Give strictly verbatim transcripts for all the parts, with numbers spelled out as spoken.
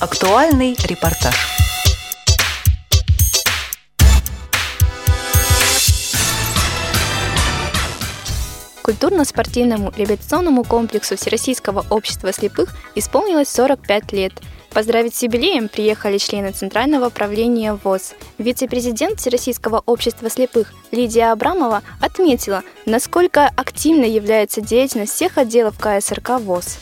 Актуальный репортаж. Культурно-спортивному реабилитационному комплексу Всероссийского общества слепых исполнилось сорок пять лет. Поздравить с юбилеем приехали члены Центрального правления ВОС. Вице-президент Всероссийского общества слепых Лидия Абрамова отметила, насколько активной является деятельность всех отделов ка эс эр ка ВОС.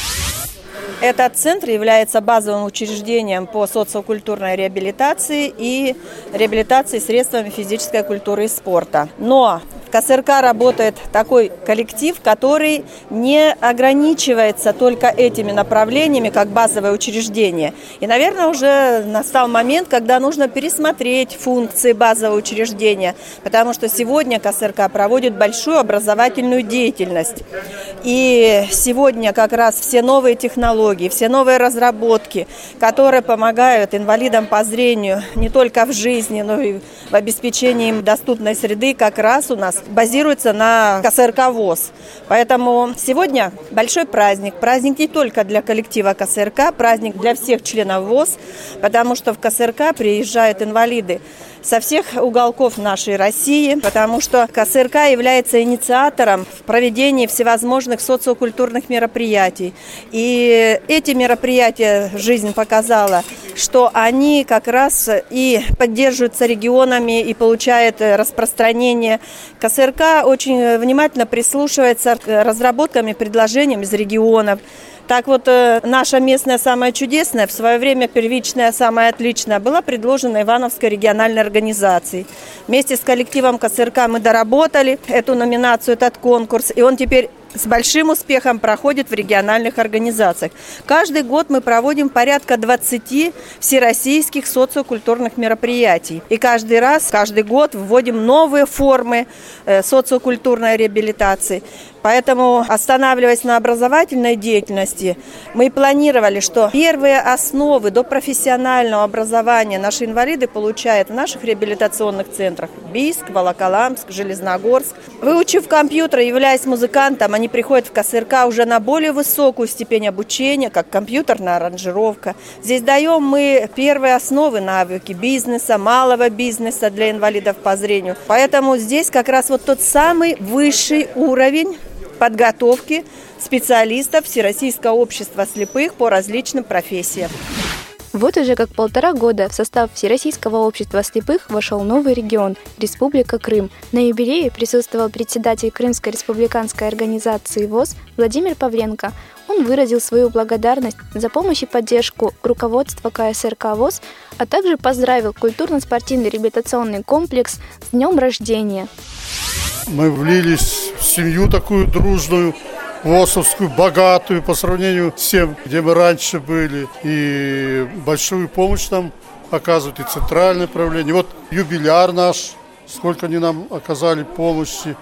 Этот центр является базовым учреждением по социокультурной реабилитации и реабилитации средствами физической культуры и спорта. Но в ка эс эр ка работает такой коллектив, который не ограничивается только этими направлениями, как базовое учреждение. И, наверное, уже настал момент, когда нужно пересмотреть функции базового учреждения, потому что сегодня ка эс эр ка проводит большую образовательную деятельность. И сегодня как раз все новые технологии, все новые разработки, которые помогают инвалидам по зрению не только в жизни, но и в обеспечении им доступной среды, как раз у нас базируется на ка эс эр ка ВОС. Поэтому сегодня большой праздник. Праздник не только для коллектива ка эс эр ка, праздник для всех членов ВОС, потому что в ка эс эр ка приезжают инвалиды со всех уголков нашей России, потому что ка эс эр ка является инициатором в проведении всевозможных социокультурных мероприятий. И эти мероприятия жизнь показала, что они как раз и поддерживаются регионами и получают распространение. ка эс эр ка очень внимательно прислушивается к разработкам и предложениям из регионов. Так вот, наша местная самая чудесная, в свое время первичная самая отличная, была предложена Ивановской региональной организацией. Вместе с коллективом ка эс эр ка мы доработали эту номинацию, этот конкурс, и он теперь с большим успехом проходит в региональных организациях. Каждый год мы проводим порядка двадцати всероссийских социокультурных мероприятий. И каждый раз, каждый год вводим новые формы социокультурной реабилитации. Поэтому, останавливаясь на образовательной деятельности, мы планировали, что первые основы до профессионального образования наши инвалиды получают в наших реабилитационных центрах: Бийск, Волоколамск, Железногорск. Выучив компьютер, являясь музыкантом, они приходят в ка эс эр ка уже на более высокую степень обучения, как компьютерная аранжировка. Здесь даем мы первые основы, навыки бизнеса, малого бизнеса для инвалидов по зрению. Поэтому здесь как раз вот тот самый высший уровень подготовки специалистов Всероссийского общества слепых по различным профессиям. Вот уже как полтора года в состав Всероссийского общества слепых вошел новый регион – Республика Крым. На юбилее присутствовал председатель Крымской республиканской организации ВОС Владимир Павленко. Он выразил свою благодарность за помощь и поддержку руководства ка эс эр ка ВОС, а также поздравил культурно-спортивный реабилитационный комплекс с днем рождения. Мы влились в семью такую дружную, ВОСовскую, богатую по сравнению с тем, где мы раньше были. И большую помощь нам оказывает и центральное правление. Вот юбиляр наш, сколько они нам оказали помощи.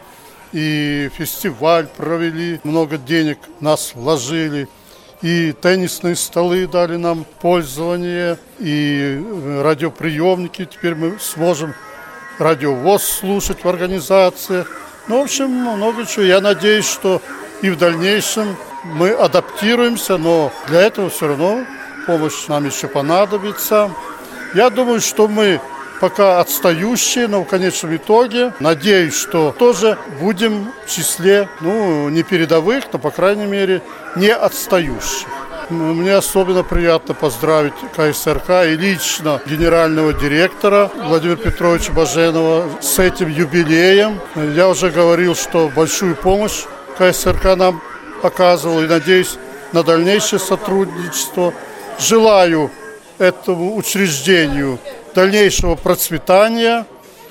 И фестиваль провели, много денег нас вложили. И теннисные столы дали нам пользование, и радиоприемники. Теперь мы сможем радио ВОС слушать в организациях. Ну, в общем, много чего. Я надеюсь, что и в дальнейшем мы адаптируемся, но для этого все равно помощь нам еще понадобится. Я думаю, что мы пока отстающие, но в конечном итоге надеюсь, что тоже будем в числе, ну, не передовых, но, по крайней мере, не отстающих. Мне особенно приятно поздравить ка эс эр ка и лично генерального директора Владимира Петровича Баженова с этим юбилеем. Я уже говорил, что большую помощь ка эс эр ка нам оказывал, и надеюсь на дальнейшее сотрудничество. Желаю этому учреждению дальнейшего процветания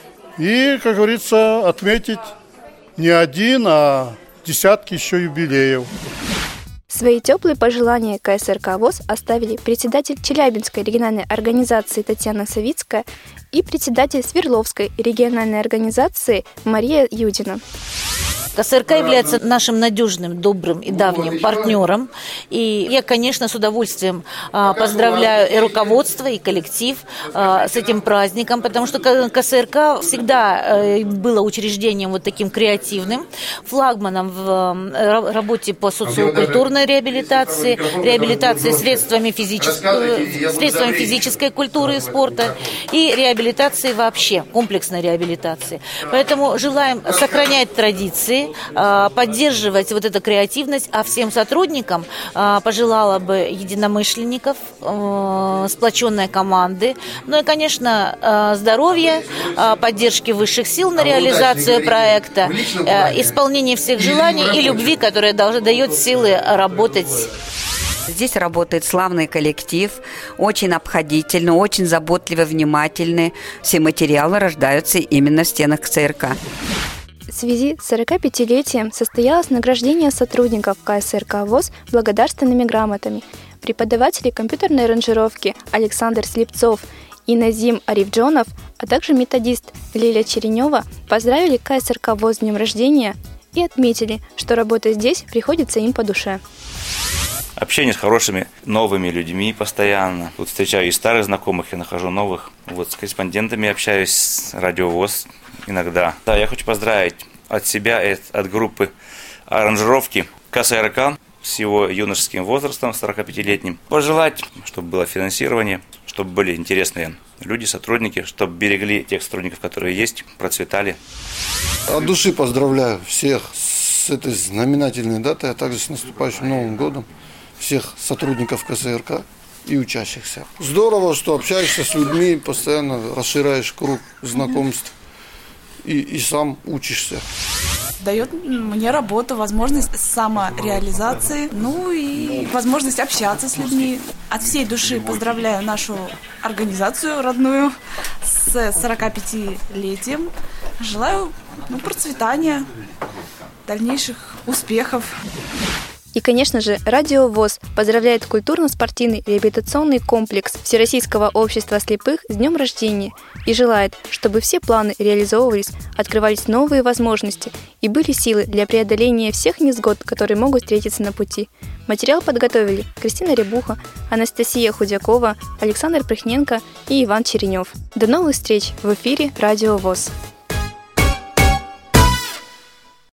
и, как говорится, отметить не один, а десятки еще юбилеев. Свои теплые пожелания ка эс эр ка ВОС оставили председатель Челябинской региональной организации Татьяна Савицкая и председатель Свердловской региональной организации Мария Юдина. КСРК является нашим надежным, добрым и давним партнером. И я, конечно, с удовольствием поздравляю и руководство, и коллектив с этим праздником, потому что КСРК всегда было учреждением вот таким креативным, флагманом в работе по социокультурной реабилитации, реабилитации средствами физической, средствами физической культуры и спорта и реабилитации вообще, комплексной реабилитации. Поэтому желаем сохранять традиции, поддерживать вот эту креативность, а всем сотрудникам пожелала бы единомышленников, сплоченной команды, ну и, конечно, здоровья, поддержки высших сил на реализацию проекта, исполнения всех желаний и любви, которая дает силы работать. Здесь работает славный коллектив, очень обходительный, очень заботливо, внимательный. Все материалы рождаются именно в стенах КСРК. В связи с сорокапятилетием состоялось награждение сотрудников КСРК ВОС благодарственными грамотами. Преподаватели компьютерной аранжировки Александр Слепцов и Назим Арифджонов, а также методист Лиля Черенева поздравили КСРК ВОС с днем рождения и отметили, что работа здесь приходится им по душе. Общение с хорошими новыми людьми постоянно. Вот встречаю и старых знакомых, и нахожу новых. Вот с корреспондентами общаюсь, с Радио ВОС иногда. Да, я хочу поздравить от себя и от группы аранжировки КСРК с его юношеским возрастом, сорокапятилетним. Пожелать, чтобы было финансирование, чтобы были интересные люди, сотрудники, чтобы берегли тех сотрудников, которые есть, процветали. От души поздравляю всех с этой знаменательной датой, а также с наступающим Новым годом. Всех сотрудников КСРК и учащихся. Здорово, что общаешься с людьми, постоянно расширяешь круг знакомств и, и сам учишься. Дает мне работу, возможность самореализации, ну и возможность общаться с людьми. От всей души поздравляю нашу организацию родную с сорокапятилетием. Желаю ну, процветания, дальнейших успехов. И, конечно же, Радио ВОС поздравляет культурно-спортивный реабилитационный комплекс Всероссийского общества слепых с днем рождения и желает, чтобы все планы реализовывались, открывались новые возможности и были силы для преодоления всех невзгод, которые могут встретиться на пути. Материал подготовили Кристина Рябуха, Анастасия Худякова, Александр Прихненко и Иван Черенев. До новых встреч в эфире Радио ВОС.